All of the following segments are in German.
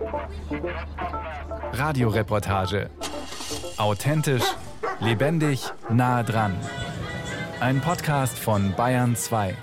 Radioreportage. Authentisch, lebendig, nah dran. Ein Podcast von Bayern 2.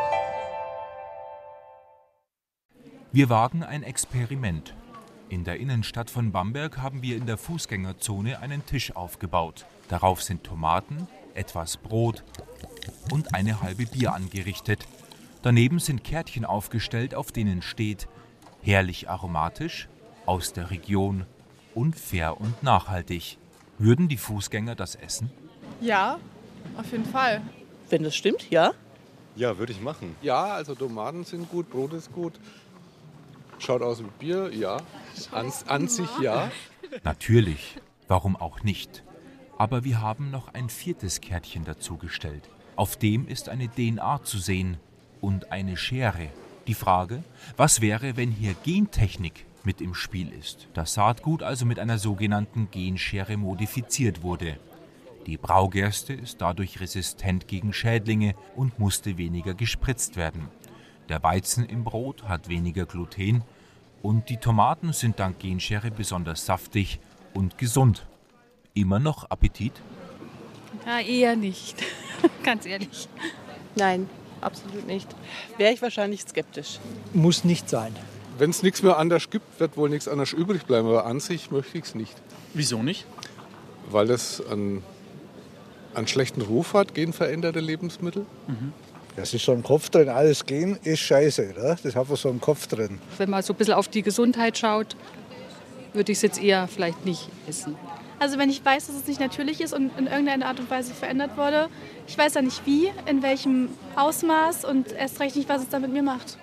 Wir wagen ein Experiment. In der Innenstadt von Bamberg haben wir in der Fußgängerzone einen Tisch aufgebaut. Darauf sind Tomaten, etwas Brot und eine halbe Bier angerichtet. Daneben sind Kärtchen aufgestellt, auf denen steht: herrlich aromatisch, aus der Region und fair und nachhaltig. Würden die Fußgänger das essen? Ja, auf jeden Fall. Wenn das stimmt, ja. Ja, würde ich machen. Ja, also Tomaten sind gut, Brot ist gut. Schaut aus wie Bier, ja. An sich ja. Natürlich, warum auch nicht? Aber wir haben noch ein viertes Kärtchen dazugestellt. Auf dem ist eine DNA zu sehen und eine Schere. Die Frage, was wäre, wenn hier Gentechnik mit im Spiel ist? Das Saatgut also mit einer sogenannten Genschere modifiziert wurde. Die Braugerste ist dadurch resistent gegen Schädlinge und musste weniger gespritzt werden. Der Weizen im Brot hat weniger Gluten und die Tomaten sind dank Genschere besonders saftig und gesund. Immer noch Appetit? Ja, eher nicht. Ganz ehrlich. Nein, absolut nicht. Wäre ich wahrscheinlich skeptisch. Muss nicht sein. Wenn es nichts mehr anders gibt, wird wohl nichts anderes übrig bleiben. Aber an sich möchte ich es nicht. Wieso nicht? Weil das einen schlechten Ruf hat, genveränderte Lebensmittel. Das ist so im Kopf drin, alles Gen ist scheiße, oder? Das hat man so im Kopf drin. Wenn man so ein bisschen auf die Gesundheit schaut, würde ich es jetzt eher vielleicht nicht essen. Also wenn ich weiß, dass es nicht natürlich ist und in irgendeiner Art und Weise verändert wurde, ich weiß ja nicht wie, in welchem Ausmaß und erst recht nicht, was es dann mit mir macht.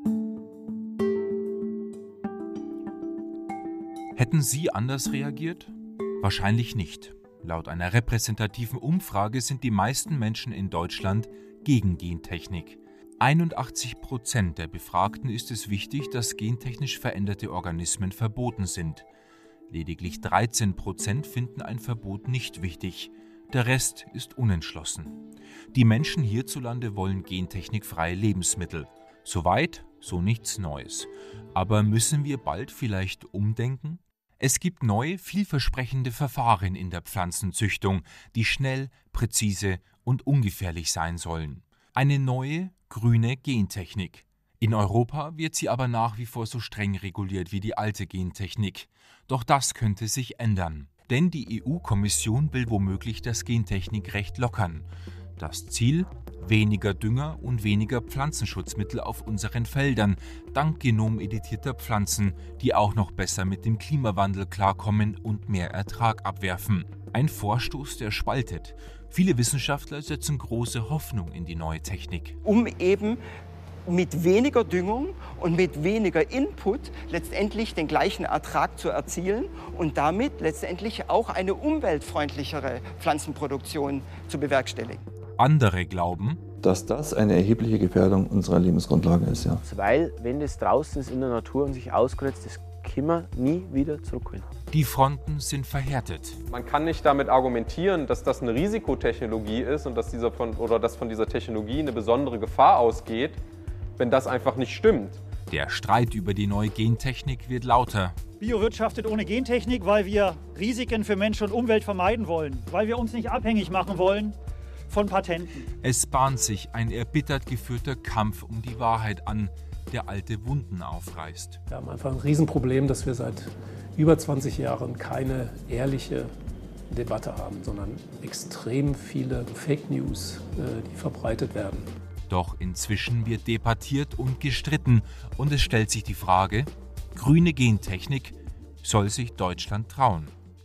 Hätten Sie anders reagiert? Wahrscheinlich nicht. Laut einer repräsentativen Umfrage sind die meisten Menschen in Deutschland gegen Gentechnik. 81% der Befragten ist es wichtig, dass gentechnisch veränderte Organismen verboten sind. Lediglich 13% finden ein Verbot nicht wichtig. Der Rest ist unentschlossen. Die Menschen hierzulande wollen gentechnikfreie Lebensmittel. Soweit, so nichts Neues. Aber müssen wir bald vielleicht umdenken? Es gibt neue, vielversprechende Verfahren in der Pflanzenzüchtung, die schnell, präzise und ungefährlich sein sollen. Eine neue, grüne Gentechnik. In Europa wird sie aber nach wie vor so streng reguliert wie die alte Gentechnik. Doch das könnte sich ändern. Denn die EU-Kommission will womöglich das Gentechnikrecht lockern. Das Ziel? Weniger Dünger und weniger Pflanzenschutzmittel auf unseren Feldern, dank genomeditierter Pflanzen, die auch noch besser mit dem Klimawandel klarkommen und mehr Ertrag abwerfen. Ein Vorstoß, der spaltet. Viele Wissenschaftler setzen große Hoffnung in die neue Technik. Um eben mit weniger Düngung und mit weniger Input letztendlich den gleichen Ertrag zu erzielen und damit letztendlich auch eine umweltfreundlichere Pflanzenproduktion zu bewerkstelligen. Andere glauben, dass das eine erhebliche Gefährdung unserer Lebensgrundlage ist, ja. Weil, wenn das draußen ist in der Natur und sich ausgesetzt, das können wir nie wieder zurückholen. Die Fronten sind verhärtet. Man kann nicht damit argumentieren, dass das eine Risikotechnologie ist und dass von dieser Technologie eine besondere Gefahr ausgeht, wenn das einfach nicht stimmt. Der Streit über die neue Gentechnik wird lauter. Bio wirtschaftet ohne Gentechnik, weil wir Risiken für Mensch und Umwelt vermeiden wollen, weil wir uns nicht abhängig machen wollen von Patenten. Es bahnt sich ein erbittert geführter Kampf um die Wahrheit an, der alte Wunden aufreißt. Wir haben einfach ein Riesenproblem, dass wir seit über 20 Jahren keine ehrliche Debatte haben, sondern extrem viele Fake News, die verbreitet werden. Doch inzwischen wird debattiert und gestritten und es stellt sich die Frage, grüne Gentechnik, soll sich Deutschland trauen?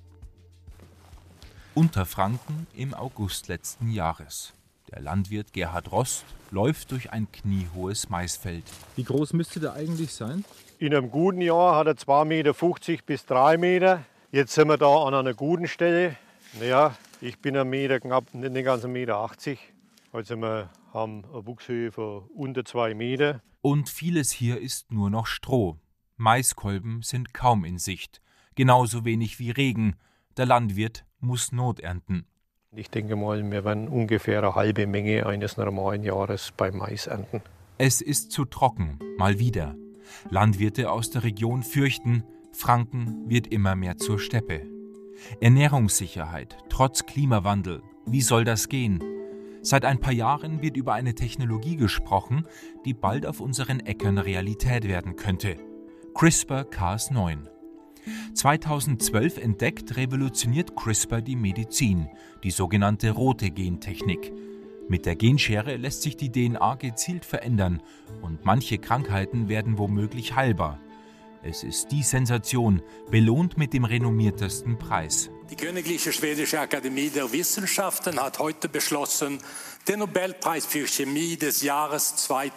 Unterfranken im August letzten Jahres. Der Landwirt Gerhard Rost läuft durch ein kniehohes Maisfeld. Wie groß müsste der eigentlich sein? In einem guten Jahr hat er 2,50 Meter bis 3 Meter. Jetzt sind wir da an einer guten Stelle. Naja, ich bin 1 Meter knapp, nicht ganz 1,80 Meter. Also wir haben eine Wuchshöhe von unter 2 Meter. Und vieles hier ist nur noch Stroh. Maiskolben sind kaum in Sicht. Genauso wenig wie Regen. Der Landwirt muss Not ernten. Ich denke mal, wir werden ungefähr eine halbe Menge eines normalen Jahres beim Mais ernten. Es ist zu trocken, mal wieder. Landwirte aus der Region fürchten, Franken wird immer mehr zur Steppe. Ernährungssicherheit, trotz Klimawandel. Wie soll das gehen? Seit ein paar Jahren wird über eine Technologie gesprochen, die bald auf unseren Äckern Realität werden könnte. CRISPR-Cas9. 2012 entdeckt, revolutioniert CRISPR die Medizin, die sogenannte rote Gentechnik. Mit der Genschere lässt sich die DNA gezielt verändern und manche Krankheiten werden womöglich heilbar. Es ist die Sensation, belohnt mit dem renommiertesten Preis. Die Königliche Schwedische Akademie der Wissenschaften hat heute beschlossen, den Nobelpreis für Chemie des Jahres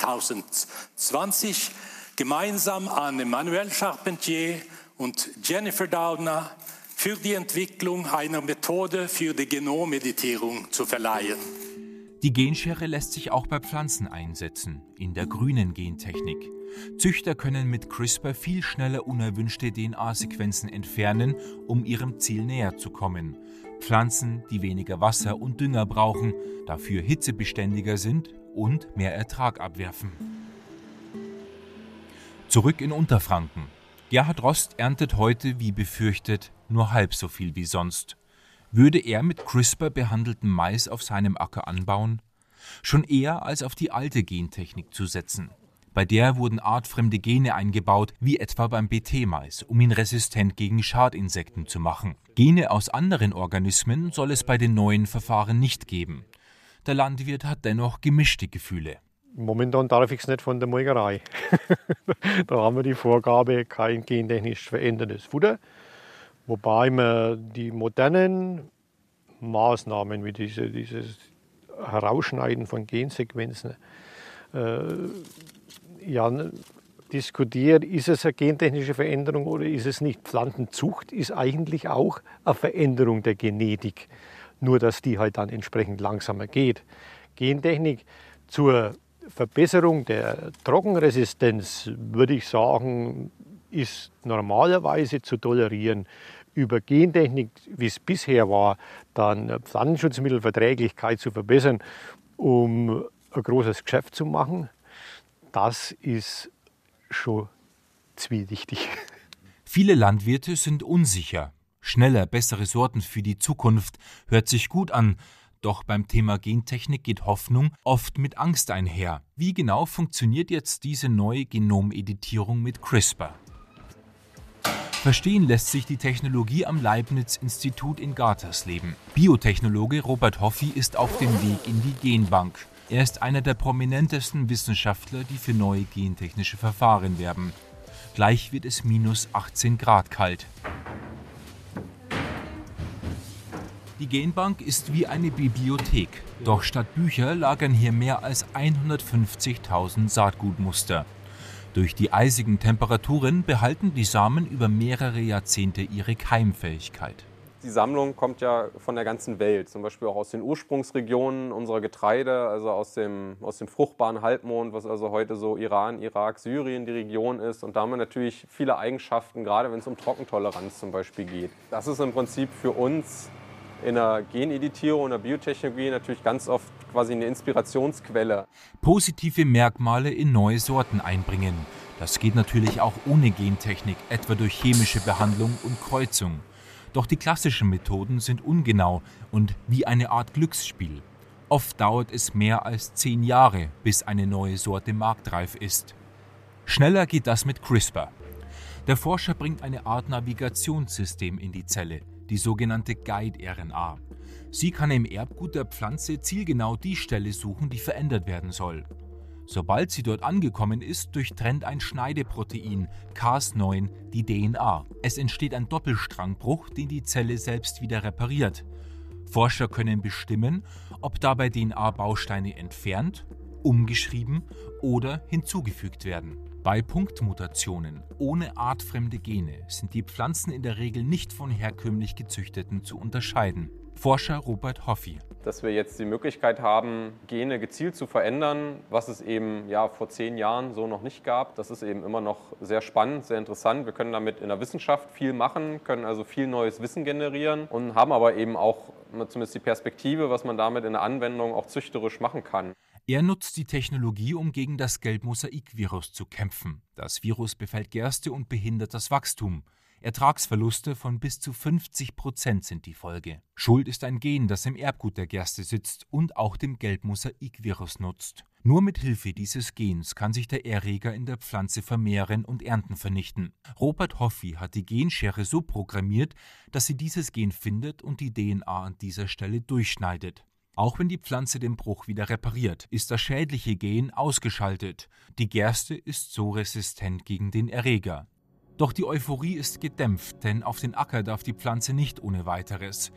2020 gemeinsam an Emmanuel Charpentier und Jennifer Doudna für die Entwicklung einer Methode für die Genommeditierung zu verleihen. Die Genschere lässt sich auch bei Pflanzen einsetzen, in der grünen Gentechnik. Züchter können mit CRISPR viel schneller unerwünschte DNA-Sequenzen entfernen, um ihrem Ziel näher zu kommen. Pflanzen, die weniger Wasser und Dünger brauchen, dafür hitzebeständiger sind und mehr Ertrag abwerfen. Zurück in Unterfranken. Gerhard Rost erntet heute, wie befürchtet, nur halb so viel wie sonst. Würde er mit CRISPR behandelten Mais auf seinem Acker anbauen? Schon eher als auf die alte Gentechnik zu setzen. Bei der wurden artfremde Gene eingebaut, wie etwa beim BT-Mais, um ihn resistent gegen Schadinsekten zu machen. Gene aus anderen Organismen soll es bei den neuen Verfahren nicht geben. Der Landwirt hat dennoch gemischte Gefühle. Momentan darf ich es nicht von der Molkerei. Da haben wir die Vorgabe, kein gentechnisch verändertes Futter. Wobei man die modernen Maßnahmen wie dieses Herausschneiden von Gensequenzen diskutiert, ist es eine gentechnische Veränderung oder ist es nicht. Pflanzenzucht ist eigentlich auch eine Veränderung der Genetik, nur dass die halt dann entsprechend langsamer geht. Gentechnik zur Verbesserung der Trockenresistenz, würde ich sagen, ist normalerweise zu tolerieren. Über Gentechnik, wie es bisher war, dann Pflanzenschutzmittelverträglichkeit zu verbessern, um ein großes Geschäft zu machen, das ist schon zwielichtig. Viele Landwirte sind unsicher. Schneller, bessere Sorten für die Zukunft hört sich gut an. Doch beim Thema Gentechnik geht Hoffnung oft mit Angst einher. Wie genau funktioniert jetzt diese neue Genomeditierung mit CRISPR? Verstehen lässt sich die Technologie am Leibniz-Institut in Gatersleben. Biotechnologe Robert Hoffi ist auf dem Weg in die Genbank. Er ist einer der prominentesten Wissenschaftler, die für neue gentechnische Verfahren werben. Gleich wird es minus 18 Grad kalt. Die Genbank ist wie eine Bibliothek. Doch statt Bücher lagern hier mehr als 150.000 Saatgutmuster. Durch die eisigen Temperaturen behalten die Samen über mehrere Jahrzehnte ihre Keimfähigkeit. Die Sammlung kommt ja von der ganzen Welt, zum Beispiel auch aus den Ursprungsregionen unserer Getreide, also aus dem fruchtbaren Halbmond, was also heute so Iran, Irak, Syrien die Region ist. Und da haben wir natürlich viele Eigenschaften, gerade wenn es um Trockentoleranz zum Beispiel geht. Das ist im Prinzip für uns in der Geneditierung und der Biotechnologie natürlich ganz oft quasi eine Inspirationsquelle. Positive Merkmale in neue Sorten einbringen. Das geht natürlich auch ohne Gentechnik, etwa durch chemische Behandlung und Kreuzung. Doch die klassischen Methoden sind ungenau und wie eine Art Glücksspiel. Oft dauert es mehr als 10 Jahre, bis eine neue Sorte marktreif ist. Schneller geht das mit CRISPR. Der Forscher bringt eine Art Navigationssystem in die Zelle, die sogenannte Guide-RNA. Sie kann im Erbgut der Pflanze zielgenau die Stelle suchen, die verändert werden soll. Sobald sie dort angekommen ist, durchtrennt ein Schneideprotein, Cas9, die DNA. Es entsteht ein Doppelstrangbruch, den die Zelle selbst wieder repariert. Forscher können bestimmen, ob dabei DNA-Bausteine entfernt, umgeschrieben oder hinzugefügt werden. Bei Punktmutationen ohne artfremde Gene sind die Pflanzen in der Regel nicht von herkömmlich gezüchteten zu unterscheiden. Forscher Robert Hoffi. Dass wir jetzt die Möglichkeit haben, Gene gezielt zu verändern, was es eben vor 10 Jahren so noch nicht gab. Das ist eben immer noch sehr spannend, sehr interessant. Wir können damit in der Wissenschaft viel machen, können also viel neues Wissen generieren und haben aber eben auch zumindest die Perspektive, was man damit in der Anwendung auch züchterisch machen kann. Er nutzt die Technologie, um gegen das Gelbmosaikvirus zu kämpfen. Das Virus befällt Gerste und behindert das Wachstum. Ertragsverluste von bis zu 50% sind die Folge. Schuld ist ein Gen, das im Erbgut der Gerste sitzt und auch dem Gelbmosaikvirus nutzt. Nur mit Hilfe dieses Gens kann sich der Erreger in der Pflanze vermehren und Ernten vernichten. Robert Hoffi hat die Genschere so programmiert, dass sie dieses Gen findet und die DNA an dieser Stelle durchschneidet. Auch wenn die Pflanze den Bruch wieder repariert, ist das schädliche Gen ausgeschaltet. Die Gerste ist so resistent gegen den Erreger. Doch die Euphorie ist gedämpft, denn auf den Acker darf die Pflanze nicht ohne weiteres.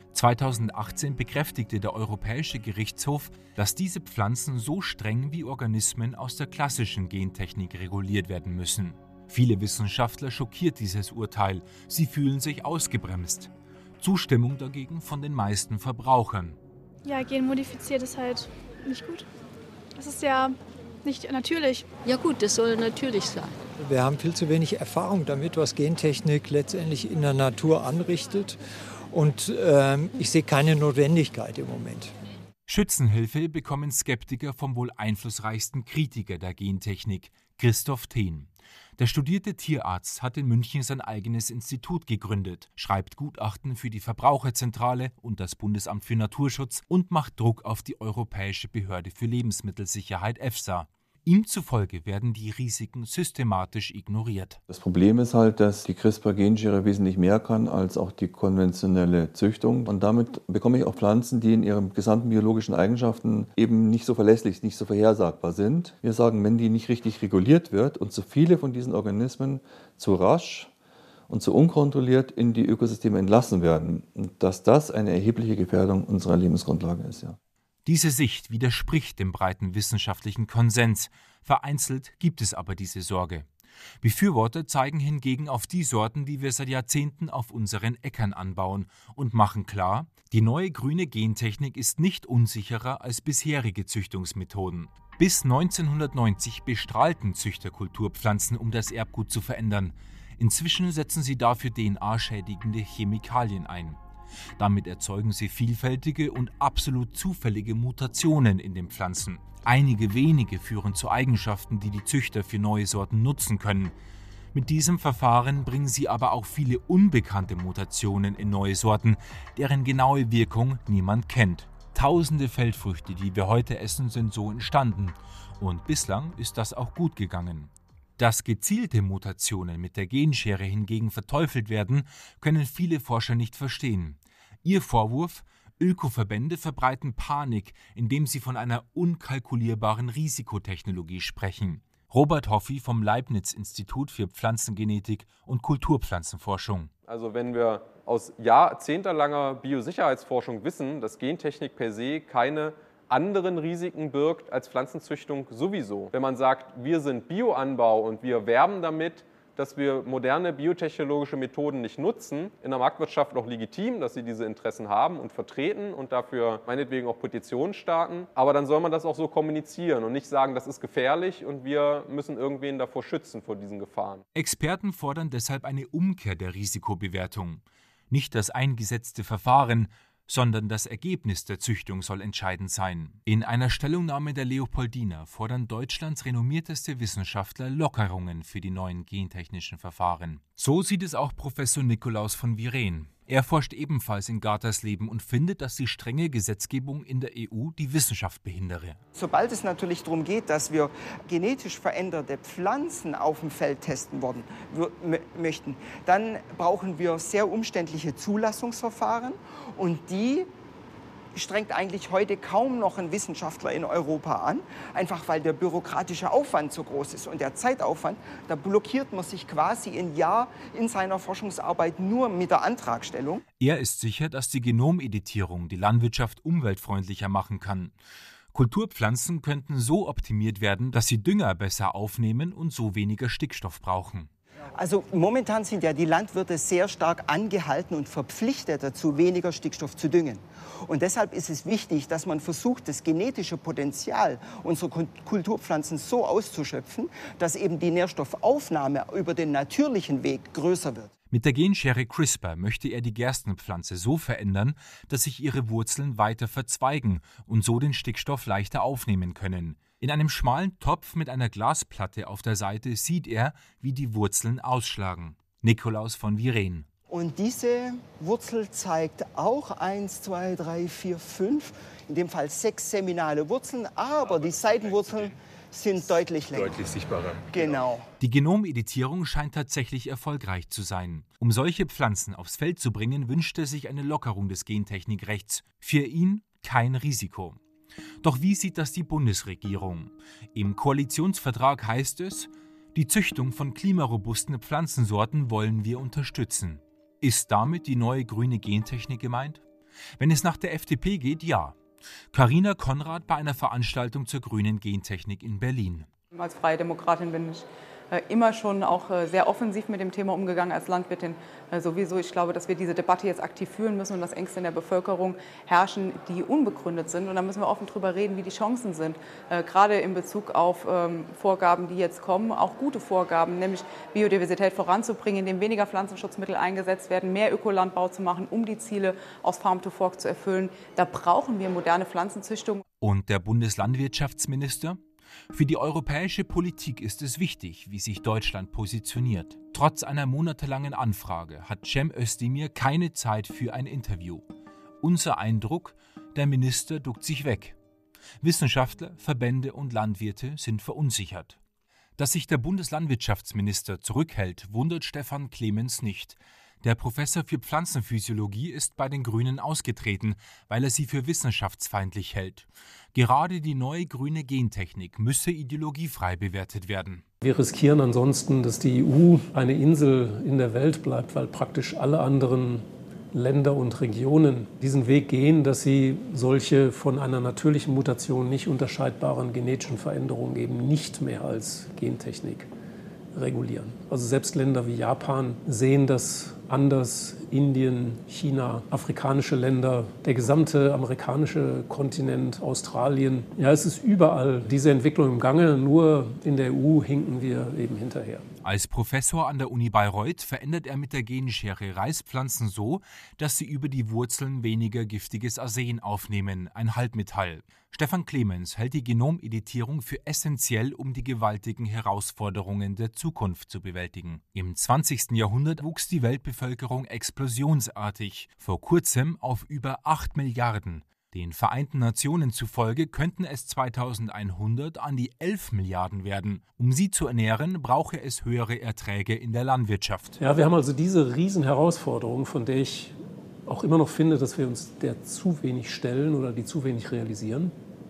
2018 bekräftigte der Europäische Gerichtshof, dass diese Pflanzen so streng wie Organismen aus der klassischen Gentechnik reguliert werden müssen. Viele Wissenschaftler schockiert dieses Urteil. Sie fühlen sich ausgebremst. Zustimmung dagegen von den meisten Verbrauchern. Ja, genmodifiziert ist halt nicht gut. Das ist ja nicht natürlich. Ja gut, das soll natürlich sein. Wir haben viel zu wenig Erfahrung damit, was Gentechnik letztendlich in der Natur anrichtet. Und ich sehe keine Notwendigkeit im Moment. Schützenhilfe bekommen Skeptiker vom wohl einflussreichsten Kritiker der Gentechnik, Christoph Thehn. Der studierte Tierarzt hat in München sein eigenes Institut gegründet, schreibt Gutachten für die Verbraucherzentrale und das Bundesamt für Naturschutz und macht Druck auf die Europäische Behörde für Lebensmittelsicherheit EFSA. Ihm zufolge werden die Risiken systematisch ignoriert. Das Problem ist halt, dass die CRISPR-Genschere wesentlich mehr kann als auch die konventionelle Züchtung. Und damit bekomme ich auch Pflanzen, die in ihren gesamten biologischen Eigenschaften eben nicht so verlässlich, nicht so vorhersagbar sind. Wir sagen, wenn die nicht richtig reguliert wird und zu viele von diesen Organismen zu rasch und zu unkontrolliert in die Ökosysteme entlassen werden, dass das eine erhebliche Gefährdung unserer Lebensgrundlage ist, ja. Diese Sicht widerspricht dem breiten wissenschaftlichen Konsens. Vereinzelt gibt es aber diese Sorge. Befürworter zeigen hingegen auf die Sorten, die wir seit Jahrzehnten auf unseren Äckern anbauen und machen klar, die neue grüne Gentechnik ist nicht unsicherer als bisherige Züchtungsmethoden. Bis 1990 bestrahlten Züchter Kulturpflanzen, um das Erbgut zu verändern. Inzwischen setzen sie dafür DNA-schädigende Chemikalien ein. Damit erzeugen sie vielfältige und absolut zufällige Mutationen in den Pflanzen. Einige wenige führen zu Eigenschaften, die die Züchter für neue Sorten nutzen können. Mit diesem Verfahren bringen sie aber auch viele unbekannte Mutationen in neue Sorten, deren genaue Wirkung niemand kennt. Tausende Feldfrüchte, die wir heute essen, sind so entstanden. Und bislang ist das auch gut gegangen. Dass gezielte Mutationen mit der Genschere hingegen verteufelt werden, können viele Forscher nicht verstehen. Ihr Vorwurf: Ökoverbände verbreiten Panik, indem sie von einer unkalkulierbaren Risikotechnologie sprechen. Robert Hoffi vom Leibniz-Institut für Pflanzengenetik und Kulturpflanzenforschung. Also wenn wir aus jahrzehntelanger Biosicherheitsforschung wissen, dass Gentechnik per se keine anderen Risiken birgt als Pflanzenzüchtung sowieso. Wenn man sagt, wir sind Bioanbau und wir werben damit, dass wir moderne biotechnologische Methoden nicht nutzen, in der Marktwirtschaft auch legitim, dass sie diese Interessen haben und vertreten und dafür meinetwegen auch Petitionen starten. Aber dann soll man das auch so kommunizieren und nicht sagen, das ist gefährlich und wir müssen irgendwen davor schützen, vor diesen Gefahren. Experten fordern deshalb eine Umkehr der Risikobewertung. Nicht das eingesetzte Verfahren, sondern das Ergebnis der Züchtung soll entscheidend sein. In einer Stellungnahme der Leopoldina fordern Deutschlands renommierteste Wissenschaftler Lockerungen für die neuen gentechnischen Verfahren. So sieht es auch Professor Nikolaus von Viren. Er forscht ebenfalls in Gartersleben und findet, dass die strenge Gesetzgebung in der EU die Wissenschaft behindere. Sobald es natürlich darum geht, dass wir genetisch veränderte Pflanzen auf dem Feld testen möchten, dann brauchen wir sehr umständliche Zulassungsverfahren und die strengt eigentlich heute kaum noch ein Wissenschaftler in Europa an, einfach weil der bürokratische Aufwand so groß ist und der Zeitaufwand, da blockiert man sich quasi ein Jahr in seiner Forschungsarbeit nur mit der Antragstellung. Er ist sicher, dass die Genomeditierung die Landwirtschaft umweltfreundlicher machen kann. Kulturpflanzen könnten so optimiert werden, dass sie Dünger besser aufnehmen und so weniger Stickstoff brauchen. Also momentan sind ja die Landwirte sehr stark angehalten und verpflichtet dazu, weniger Stickstoff zu düngen. Und deshalb ist es wichtig, dass man versucht, das genetische Potenzial unserer Kulturpflanzen so auszuschöpfen, dass eben die Nährstoffaufnahme über den natürlichen Weg größer wird. Mit der Genschere CRISPR möchte er die Gerstenpflanze so verändern, dass sich ihre Wurzeln weiter verzweigen und so den Stickstoff leichter aufnehmen können. In einem schmalen Topf mit einer Glasplatte auf der Seite sieht er, wie die Wurzeln ausschlagen. Nikolaus von Viren. Und diese Wurzel zeigt auch 1, 2, 3, 4, 5, in dem Fall 6 seminale Wurzeln, aber die Seitenwurzeln sind deutlich länger. Deutlich sichtbarer. Genau. Die Genomeditierung scheint tatsächlich erfolgreich zu sein. Um solche Pflanzen aufs Feld zu bringen, wünscht er sich eine Lockerung des Gentechnikrechts. Für ihn kein Risiko. Doch wie sieht das die Bundesregierung? Im Koalitionsvertrag heißt es, die Züchtung von klimarobusten Pflanzensorten wollen wir unterstützen. Ist damit die neue grüne Gentechnik gemeint? Wenn es nach der FDP geht, ja. Carina Konrad bei einer Veranstaltung zur grünen Gentechnik in Berlin. Als Freie Demokratin bin ich immer schon auch sehr offensiv mit dem Thema umgegangen, als Landwirtin sowieso. Ich glaube, dass wir diese Debatte jetzt aktiv führen müssen und dass Ängste in der Bevölkerung herrschen, die unbegründet sind. Und da müssen wir offen drüber reden, wie die Chancen sind. Gerade in Bezug auf Vorgaben, die jetzt kommen, auch gute Vorgaben, nämlich Biodiversität voranzubringen, indem weniger Pflanzenschutzmittel eingesetzt werden, mehr Ökolandbau zu machen, um die Ziele aus Farm to Fork zu erfüllen. Da brauchen wir moderne Pflanzenzüchtung. Und der Bundeslandwirtschaftsminister? Für die europäische Politik ist es wichtig, wie sich Deutschland positioniert. Trotz einer monatelangen Anfrage hat Cem Özdemir keine Zeit für ein Interview. Unser Eindruck, der Minister duckt sich weg. Wissenschaftler, Verbände und Landwirte sind verunsichert. Dass sich der Bundeslandwirtschaftsminister zurückhält, wundert Stefan Clemens nicht. Der Professor für Pflanzenphysiologie ist bei den Grünen ausgetreten, weil er sie für wissenschaftsfeindlich hält. Gerade die neue grüne Gentechnik müsse ideologiefrei bewertet werden. Wir riskieren ansonsten, dass die EU eine Insel in der Welt bleibt, weil praktisch alle anderen Länder und Regionen diesen Weg gehen, dass sie solche von einer natürlichen Mutation nicht unterscheidbaren genetischen Veränderungen eben nicht mehr als Gentechnik regulieren. Also selbst Länder wie Japan sehen das anders, Indien, China, afrikanische Länder, der gesamte amerikanische Kontinent, Australien. Ja, es ist überall diese Entwicklung im Gange, nur in der EU hinken wir eben hinterher. Als Professor an der Uni Bayreuth verändert er mit der Genschere Reispflanzen so, dass sie über die Wurzeln weniger giftiges Arsen aufnehmen, ein Halbmetall. Stefan Clemens hält die Genomeditierung für essentiell, um die gewaltigen Herausforderungen der Zukunft zu bewältigen. Im 20. Jahrhundert wuchs die Weltbevölkerung explosionsartig, vor kurzem auf über 8 Milliarden. Den Vereinten Nationen zufolge könnten es 2100 an die 11 Milliarden werden. Um sie zu ernähren, brauche es höhere Erträge in der Landwirtschaft. Ja, wir haben also diese Riesenherausforderung, von der ich auch immer noch finde, dass wir uns der zu wenig stellen oder die zu wenig realisieren,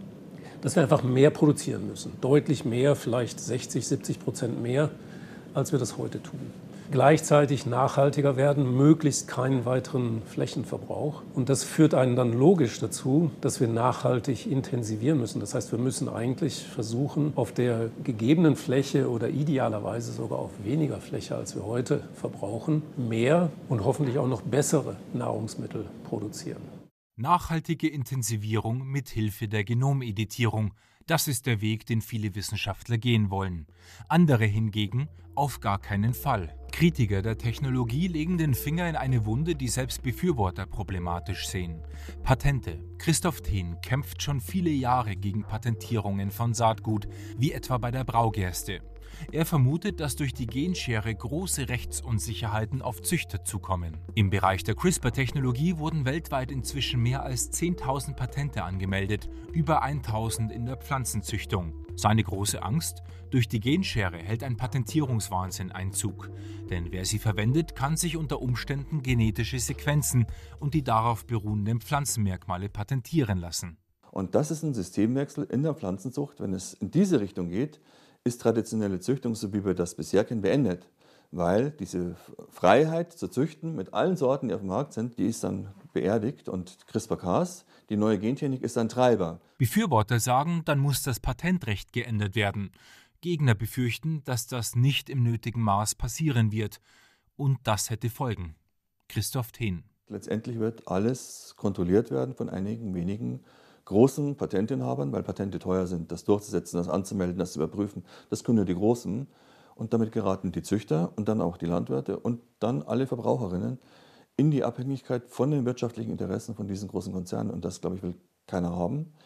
dass wir einfach mehr produzieren müssen. Deutlich mehr, vielleicht 60-70% mehr, als wir das heute tun. Gleichzeitig nachhaltiger werden, möglichst keinen weiteren Flächenverbrauch. Und das führt einen dann logisch dazu, dass wir nachhaltig intensivieren müssen. Das heißt, wir müssen eigentlich versuchen, auf der gegebenen Fläche oder idealerweise sogar auf weniger Fläche, als wir heute verbrauchen, mehr und hoffentlich auch noch bessere Nahrungsmittel produzieren. Nachhaltige Intensivierung mit Hilfe der Genomeditierung. Das ist der Weg, den viele Wissenschaftler gehen wollen. Andere hingegen auf gar keinen Fall. Kritiker der Technologie legen den Finger in eine Wunde, die selbst Befürworter problematisch sehen. Patente. Christoph Thien kämpft schon viele Jahre gegen Patentierungen von Saatgut, wie etwa bei der Braugerste. Er vermutet, dass durch die Genschere große Rechtsunsicherheiten auf Züchter zukommen. Im Bereich der CRISPR-Technologie wurden weltweit inzwischen mehr als 10.000 Patente angemeldet, über 1.000 in der Pflanzenzüchtung. Seine große Angst? Durch die Genschere hält ein Patentierungswahnsinn Einzug. Denn wer sie verwendet, kann sich unter Umständen genetische Sequenzen und die darauf beruhenden Pflanzenmerkmale patentieren lassen. Und das ist ein Systemwechsel in der Pflanzenzucht. Wenn es in diese Richtung geht, ist traditionelle Züchtung, so wie wir das bisher kennen, beendet. Weil diese Freiheit zu züchten mit allen Sorten, die auf dem Markt sind, die ist dann beerdigt. Und CRISPR-Cas, die neue Gentechnik, ist ein Treiber. Befürworter sagen, dann muss das Patentrecht geändert werden. Gegner befürchten, dass das nicht im nötigen Maß passieren wird. Und das hätte Folgen. Christoph Thien. Letztendlich wird alles kontrolliert werden von einigen wenigen großen Patentinhabern, weil Patente teuer sind, das durchzusetzen, das anzumelden, das zu überprüfen. Das können nur die Großen. Und damit geraten die Züchter und dann auch die Landwirte und dann alle Verbraucherinnen in die Abhängigkeit von den wirtschaftlichen Interessen von diesen großen Konzernen. Und das, glaube ich, will keiner haben.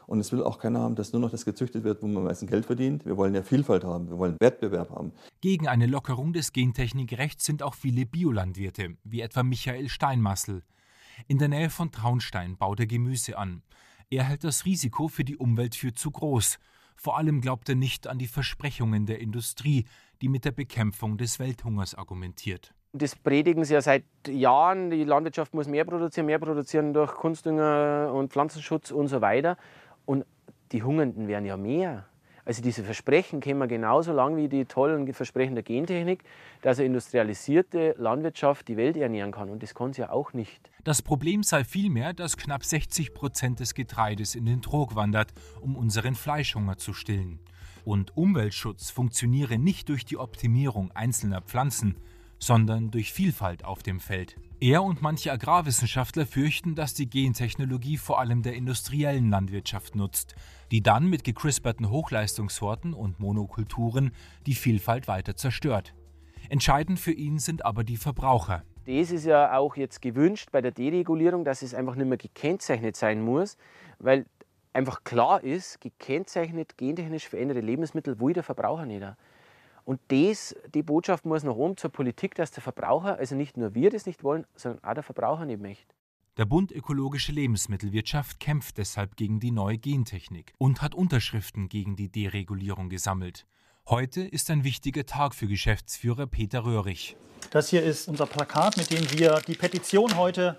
Und es will auch keiner haben, dass nur noch das gezüchtet wird, wo man am meisten Geld verdient. Wir wollen ja Vielfalt haben, wir wollen Wettbewerb haben. Gegen eine Lockerung des Gentechnikrechts sind auch viele Biolandwirte, wie etwa Michael Steinmassel. In der Nähe von Traunstein baut er Gemüse an. Er hält das Risiko für die Umwelt für zu groß. Vor allem glaubt er nicht an die Versprechungen der Industrie, die mit der Bekämpfung des Welthungers argumentiert. Das predigen sie ja seit Jahren, die Landwirtschaft muss mehr produzieren durch Kunstdünger und Pflanzenschutz und so weiter. Und die Hungernden werden ja mehr. Also diese Versprechen kennen wir genauso lang wie die tollen Versprechen der Gentechnik, dass eine industrialisierte Landwirtschaft die Welt ernähren kann. Und das kann sie ja auch nicht. Das Problem sei vielmehr, dass knapp 60% des Getreides in den Trog wandert, um unseren Fleischhunger zu stillen. Und Umweltschutz funktioniere nicht durch die Optimierung einzelner Pflanzen, sondern durch Vielfalt auf dem Feld. Er und manche Agrarwissenschaftler fürchten, dass die Gentechnologie vor allem der industriellen Landwirtschaft nutzt, die dann mit gecrisperten Hochleistungssorten und Monokulturen die Vielfalt weiter zerstört. Entscheidend für ihn sind aber die Verbraucher. Das ist ja auch jetzt gewünscht bei der Deregulierung, dass es einfach nicht mehr gekennzeichnet sein muss, weil einfach klar ist, gekennzeichnet gentechnisch veränderte Lebensmittel will der Verbraucher nicht. Und die Botschaft muss nach oben zur Politik, dass der Verbraucher, also nicht nur wir das nicht wollen, sondern auch der Verbraucher nicht möchte. Der Bund Ökologische Lebensmittelwirtschaft kämpft deshalb gegen die neue Gentechnik und hat Unterschriften gegen die Deregulierung gesammelt. Heute ist ein wichtiger Tag für Geschäftsführer Peter Röhrig. Das hier ist unser Plakat, mit dem wir die Petition heute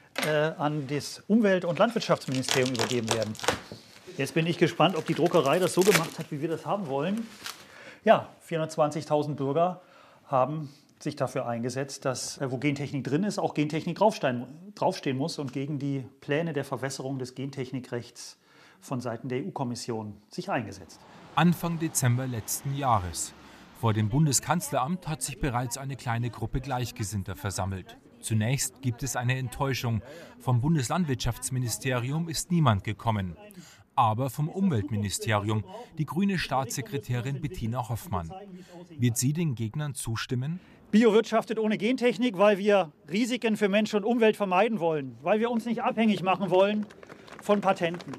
an das Umwelt- und Landwirtschaftsministerium übergeben werden. Jetzt bin ich gespannt, ob die Druckerei das so gemacht hat, wie wir das haben wollen. Ja, 420.000 Bürger haben sich dafür eingesetzt, dass, wo Gentechnik drin ist, auch Gentechnik draufstehen muss und gegen die Pläne der Verwässerung des Gentechnikrechts von Seiten der EU-Kommission sich eingesetzt. Anfang Dezember letzten Jahres. Vor dem Bundeskanzleramt hat sich bereits eine kleine Gruppe Gleichgesinnter versammelt. Zunächst gibt es eine Enttäuschung. Vom Bundeslandwirtschaftsministerium ist niemand gekommen. Aber vom Umweltministerium, die grüne Staatssekretärin Bettina Hoffmann. Wird sie den Gegnern zustimmen? Bio wirtschaftet ohne Gentechnik, weil wir Risiken für Mensch und Umwelt vermeiden wollen, weil wir uns nicht abhängig machen wollen von Patenten.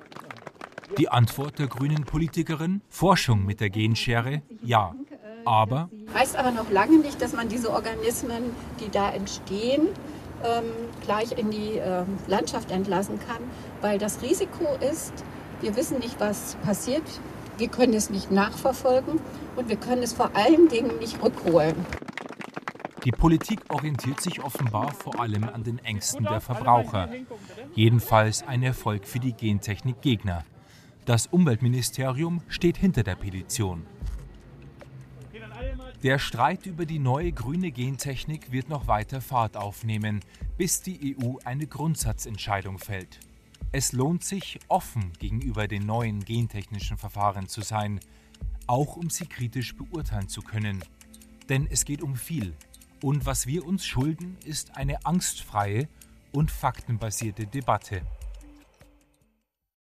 Die Antwort der grünen Politikerin? Forschung mit der Genschere? Ja. Aber? Heißt aber noch lange nicht, dass man diese Organismen, die da entstehen, gleich in die Landschaft entlassen kann, weil das Risiko ist, wir wissen nicht, was passiert, wir können es nicht nachverfolgen und wir können es vor allen Dingen nicht rückholen. Die Politik orientiert sich offenbar vor allem an den Ängsten der Verbraucher. Jedenfalls ein Erfolg für die Gentechnik-Gegner. Das Umweltministerium steht hinter der Petition. Der Streit über die neue grüne Gentechnik wird noch weiter Fahrt aufnehmen, bis die EU eine Grundsatzentscheidung fällt. Es lohnt sich, offen gegenüber den neuen gentechnischen Verfahren zu sein, auch um sie kritisch beurteilen zu können. Denn es geht um viel. Und was wir uns schulden, ist eine angstfreie und faktenbasierte Debatte.